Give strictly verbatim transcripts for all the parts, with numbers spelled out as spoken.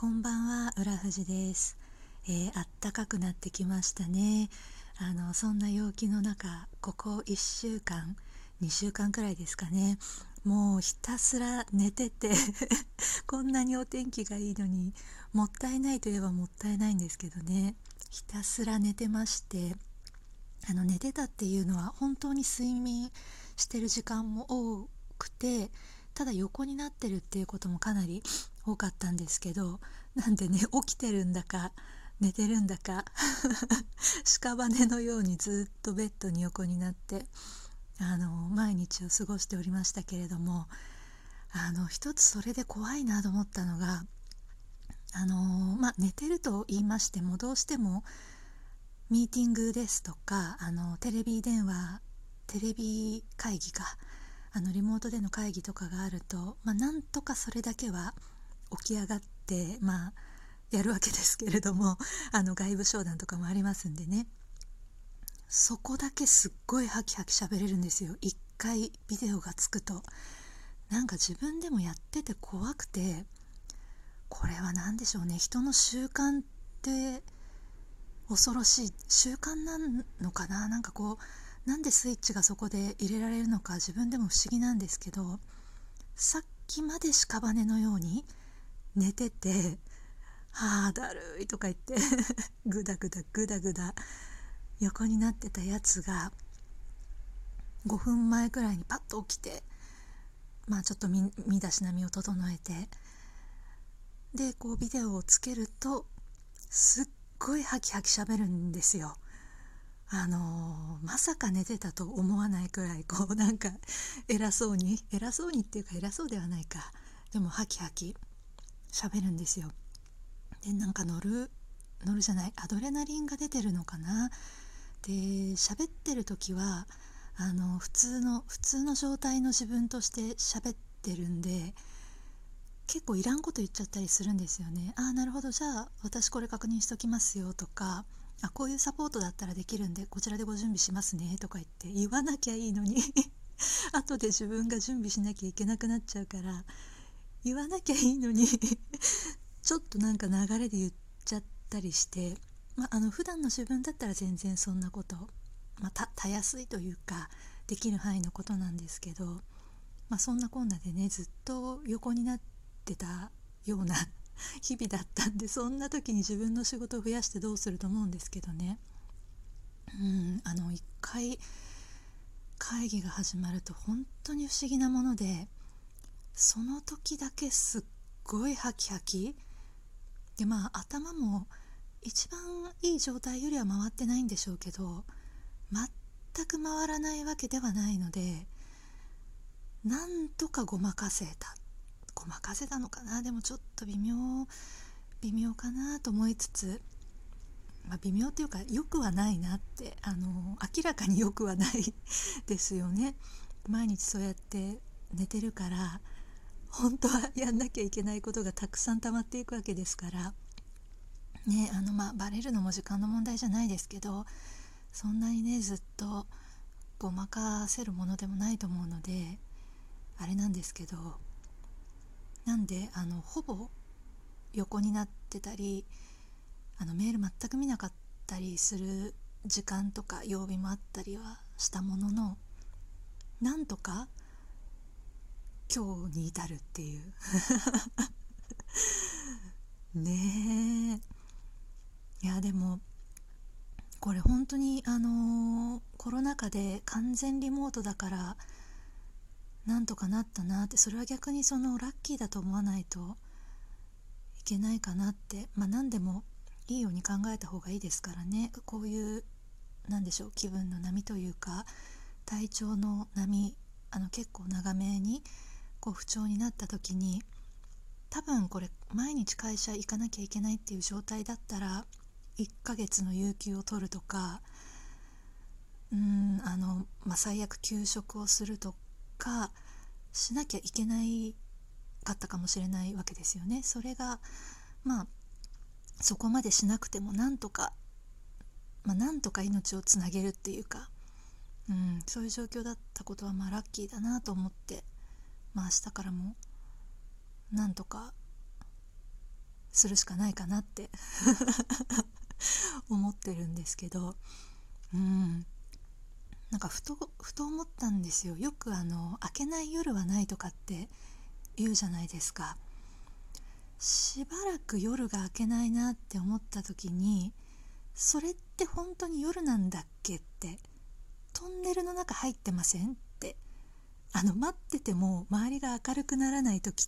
こんばんは、浦富です。えー、あったかくなってきましたね。あのそんな陽気の中、ここいっしゅうかんにしゅうかんくらいですかね、もうひたすら寝ててこんなにお天気がいいのにもったいないといえばもったいないんですけどね、ひたすら寝てまして、あの寝てたっていうのは本当に睡眠してる時間も多くて、ただ横になってるっていうこともかなり多かったんですけど、なんでね、起きてるんだか寝てるんだか屍のようにずっとベッドに横になってあの毎日を過ごしておりましたけれども、あの一つそれで怖いなと思ったのが、あのまあ寝てると言いましても、どうしてもミーティングですとか、あのテレビ電話テレビ会議か、あのリモートでの会議とかがあると、まあ、なんとかそれだけは起き上がって、まあ、やるわけですけれども、あの外部商談とかもありますんでね、そこだけすっごいハキハキ喋れるんですよ。一回ビデオがつくと。なんか自分でもやってて怖くて、これは何でしょうね、人の習慣って恐ろしい習慣なのかな。なんかこう、なんでスイッチがそこで入れられるのか自分でも不思議なんですけど、さっきまで屍のように寝てて、はあだるいとか言ってぐだぐだぐだぐだ横になってたやつがごふんまえくらいにパッと起きて、まあちょっと身だしなみを整えて、でこうビデオをつけるとすっごいハキハキ喋るんですよ。あのー、まさか寝てたと思わないくらい、こうなんか偉そうに偉そうにっていうか、偉そうではないか、でもハキハキ喋るんですよ。でなんか乗る乗るじゃない、アドレナリンが出てるのかな。で喋ってる時はあの普通の普通の状態の自分として喋ってるんで、結構いらんこと言っちゃったりするんですよね。ああなるほど、じゃあ私これ確認しときますよとか、あこういうサポートだったらできるんでこちらでご準備しますねとか言って言わなきゃいいのに後で自分が準備しなきゃいけなくなっちゃうから、言わなきゃいいのにちょっとなんか流れで言っちゃったりして、まあ、あの普段の自分だったら全然そんなこと、まあ、たたやすいというかできる範囲のことなんですけど、まあ、そんなこんなでね、ずっと横になってたような日々だったんで、そんな時に自分の仕事を増やしてどうすると思うんですけどね。うんあの一回会議が始まると本当に不思議なもので、その時だけすっごいハキハキで、まあ頭も一番いい状態よりは回ってないんでしょうけど、全く回らないわけではないので、なんとかごまかせたごまかせたのかな。でもちょっと微妙微妙かなと思いつつ、まあ、微妙っていうかよくはないなって、あの明らかによくはないですよね。毎日そうやって寝てるから、本当はやんなきゃいけないことがたくさん溜まっていくわけですからね。あのまあバレるのも時間の問題じゃないですけど、そんなにねずっとごまかせるものでもないと思うのであれなんですけど、なんであのほぼ横になってたり、あのメール全く見なかったりする時間とか曜日もあったりはしたものの、なんとか今日に至るっていうねえ。いやでもこれ本当にあのーコロナ禍で完全リモートだからなんとかなったなって、それは逆にそのラッキーだと思わないといけないかなって、まあ何でもいいように考えた方がいいですからね。こういうなんでしょう、気分の波というか体調の波、あの結構長めにこう不調になった時に、多分これ毎日会社行かなきゃいけないっていう状態だったらいっかげつの有給を取るとか、うーんあの、まあ、最悪休職をするとかしなきゃいけないかったかもしれないわけですよね。それがまあそこまでしなくてもなんとか、まあ、なんとか命をつなげるっていうか、うん、そういう状況だったことはまあラッキーだなと思って、まあ、明日からもなんとかするしかないかなって思ってるんですけど、うんなんかふとふと思ったんですよ。よくあの明けない夜はないとかって言うじゃないですか。しばらく夜が明けないなって思った時に、それって本当に夜なんだっけって、トンネルの中入ってませんって、あの待ってても周りが明るくならない時って、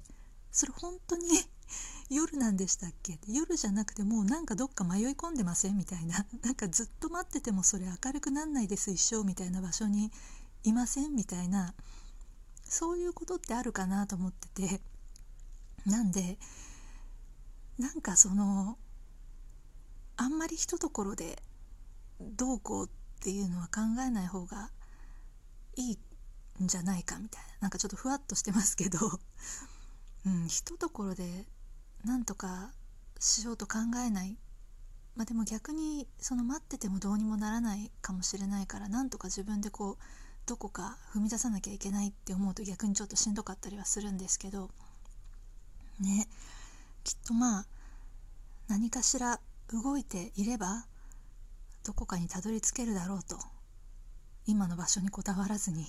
それ本当に夜なんでしたっけ、夜じゃなくてもうなんかどっか迷い込んでませんみたいな、なんかずっと待っててもそれ明るくなんないです一生みたいな場所にいませんみたいな、そういうことってあるかなと思ってて、なんでなんかそのあんまり一ところでどうこうっていうのは考えない方がいいんじゃないかみたいな、なんかちょっとふわっとしてますけどうん、一ところでなんとかしようと考えない、まあ、でも逆にその待っててもどうにもならないかもしれないから、なんとか自分でこうどこか踏み出さなきゃいけないって思うと逆にちょっとしんどかったりはするんですけどね、きっとまあ何かしら動いていればどこかにたどり着けるだろうと、今の場所にこだわらずに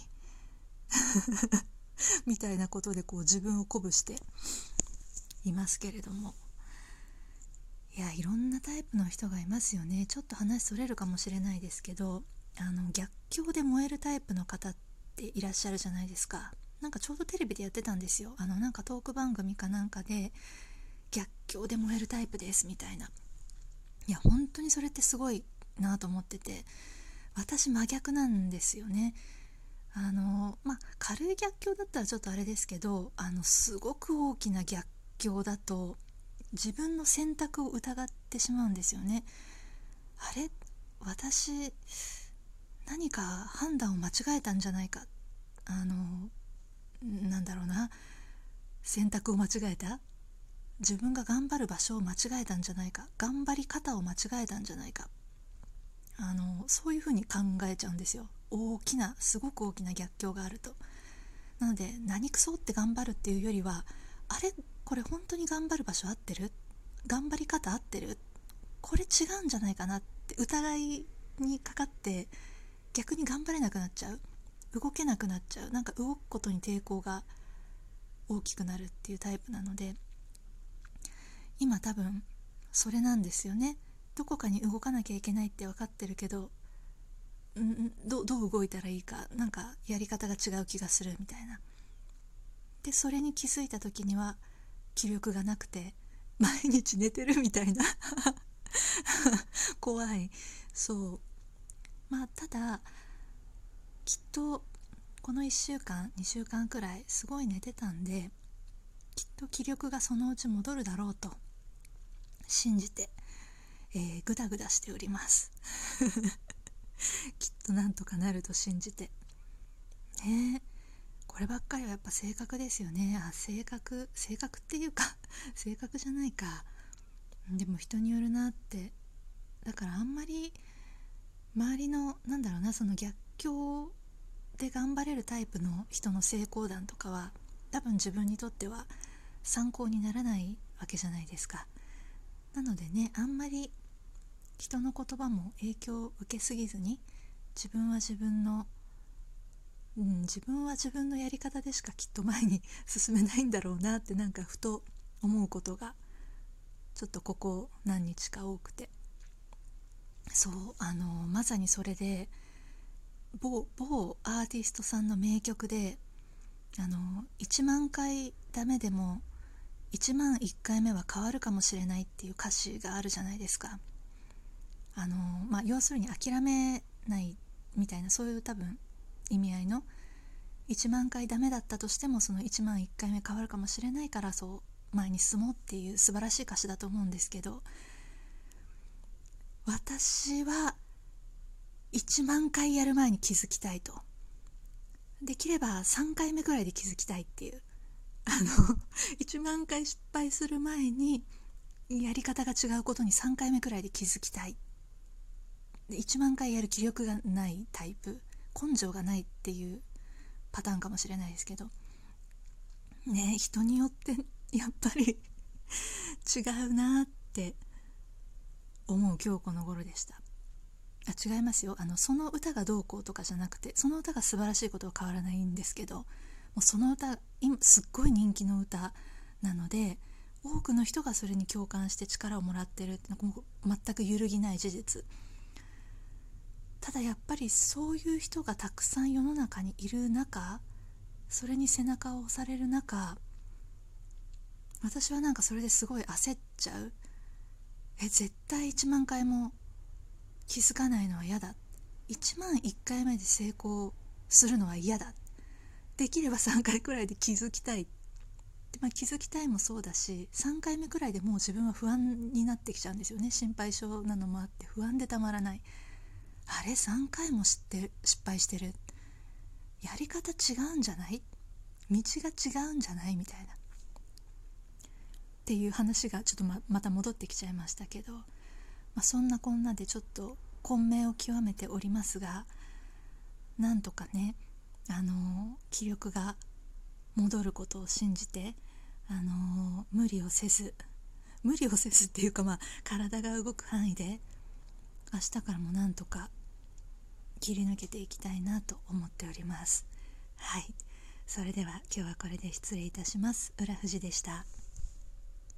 みたいなことでこう自分を鼓舞していますけれども、いやいろんなタイプの人がいますよね。ちょっと話それるかもしれないですけど、あの逆境で燃えるタイプの方っていらっしゃるじゃないですか。なんかちょうどテレビでやってたんですよ。あのなんかトーク番組かなんかで逆境で燃えるタイプですみたいな。いや本当にそれってすごいなと思ってて、私真逆なんですよね。あのまあ軽い逆境だったらちょっとあれですけど、あのすごく大きな逆境だと自分の選択を疑ってしまうんですよね。あれ私何か判断を間違えたんじゃないか、あのなんだろうな、選択を間違えた、自分が頑張る場所を間違えたんじゃないか、頑張り方を間違えたんじゃないか、あのそういうふうに考えちゃうんですよ。大きなすごく大きな逆境があると。なので何くそって頑張るっていうよりは、あれこれ本当に頑張る場所合ってる、頑張り方合ってる、これ違うんじゃないかなって疑いにかかって逆に頑張れなくなっちゃう、動けなくなっちゃう、なんか動くことに抵抗が大きくなるっていうタイプなので、今多分それなんですよね。どこかに動かなきゃいけないって分かってるけど、んど, どう動いたらいいか、なんかやり方が違う気がするみたいな。でそれに気づいた時には気力がなくて毎日寝てるみたいな怖い。そうまあただきっとこのいっしゅうかんにしゅうかんくらいすごい寝てたんで、きっと気力がそのうち戻るだろうと信じて、えー、ぐだぐだしておりますきっとなんとかなると信じてね。こればっかりはやっぱ性格ですよね。あ性格性格っていうか性格じゃないか、でも人によるなって。だからあんまり周りのなんだろうな、その逆境で頑張れるタイプの人の成功談とかは多分自分にとっては参考にならないわけじゃないですか。なのでね、あんまり人の言葉も影響を受けすぎずに、自分は自分の、うん、自分は自分のやり方でしかきっと前に進めないんだろうなって、なんかふと思うことがちょっとここ何日か多くて、そうあのまさにそれで某某アーティストさんの名曲で、あのいちまんかいダメでもいちまんいっかいめは変わるかもしれないっていう歌詞があるじゃないですか。あの、まあ、要するに諦めないみたいな、そういう多分意味合いの、いちまんかいダメだったとしてもそのいちまんいっかいめ変わるかもしれないから、そう前に進もうっていう素晴らしい歌詞だと思うんですけど、私はいちまんかいやる前に気づきたいと、できればさんかいめぐらいで気づきたいっていう、あのいちまんかい失敗する前にやり方が違うことにさんかいめくらいで気づきたい。でいちまんかいやる気力がないタイプ、根性がないっていうパターンかもしれないですけどね、人によってやっぱり違違うなって思う今日この頃でした。あ、違いますよ。あのその歌がどうこうとかじゃなくて、その歌が素晴らしいことは変わらないんですけど、もうその歌今すっごい人気の歌なので、多くの人がそれに共感して力をもらってるってのはもう全く揺るぎない事実。ただやっぱりそういう人がたくさん世の中にいる中、それに背中を押される中、私はなんかそれですごい焦っちゃう。え絶対いちまんかいも気づかないのは嫌だ、いちまんいっかいめで成功するのは嫌だ、できればさんかいくらいで気づきたい。で、まあ、気づきたいもそうだし、さんかいめくらいでもう自分は不安になってきちゃうんですよね。心配性なのもあって不安でたまらない。あれさんかいも知ってる、失敗してる、やり方違うんじゃない、道が違うんじゃないみたいなっていう話がちょっと ま, また戻ってきちゃいましたけど、まあ、そんなこんなでちょっと混迷を極めておりますが、なんとかね、あの気力が戻ることを信じて、あの無理をせず無理をせずっていうか、まあ体が動く範囲で明日からもなんとか切り抜けていきたいなと思っております。はい、それでは今日はこれで失礼いたします。浦富士でした。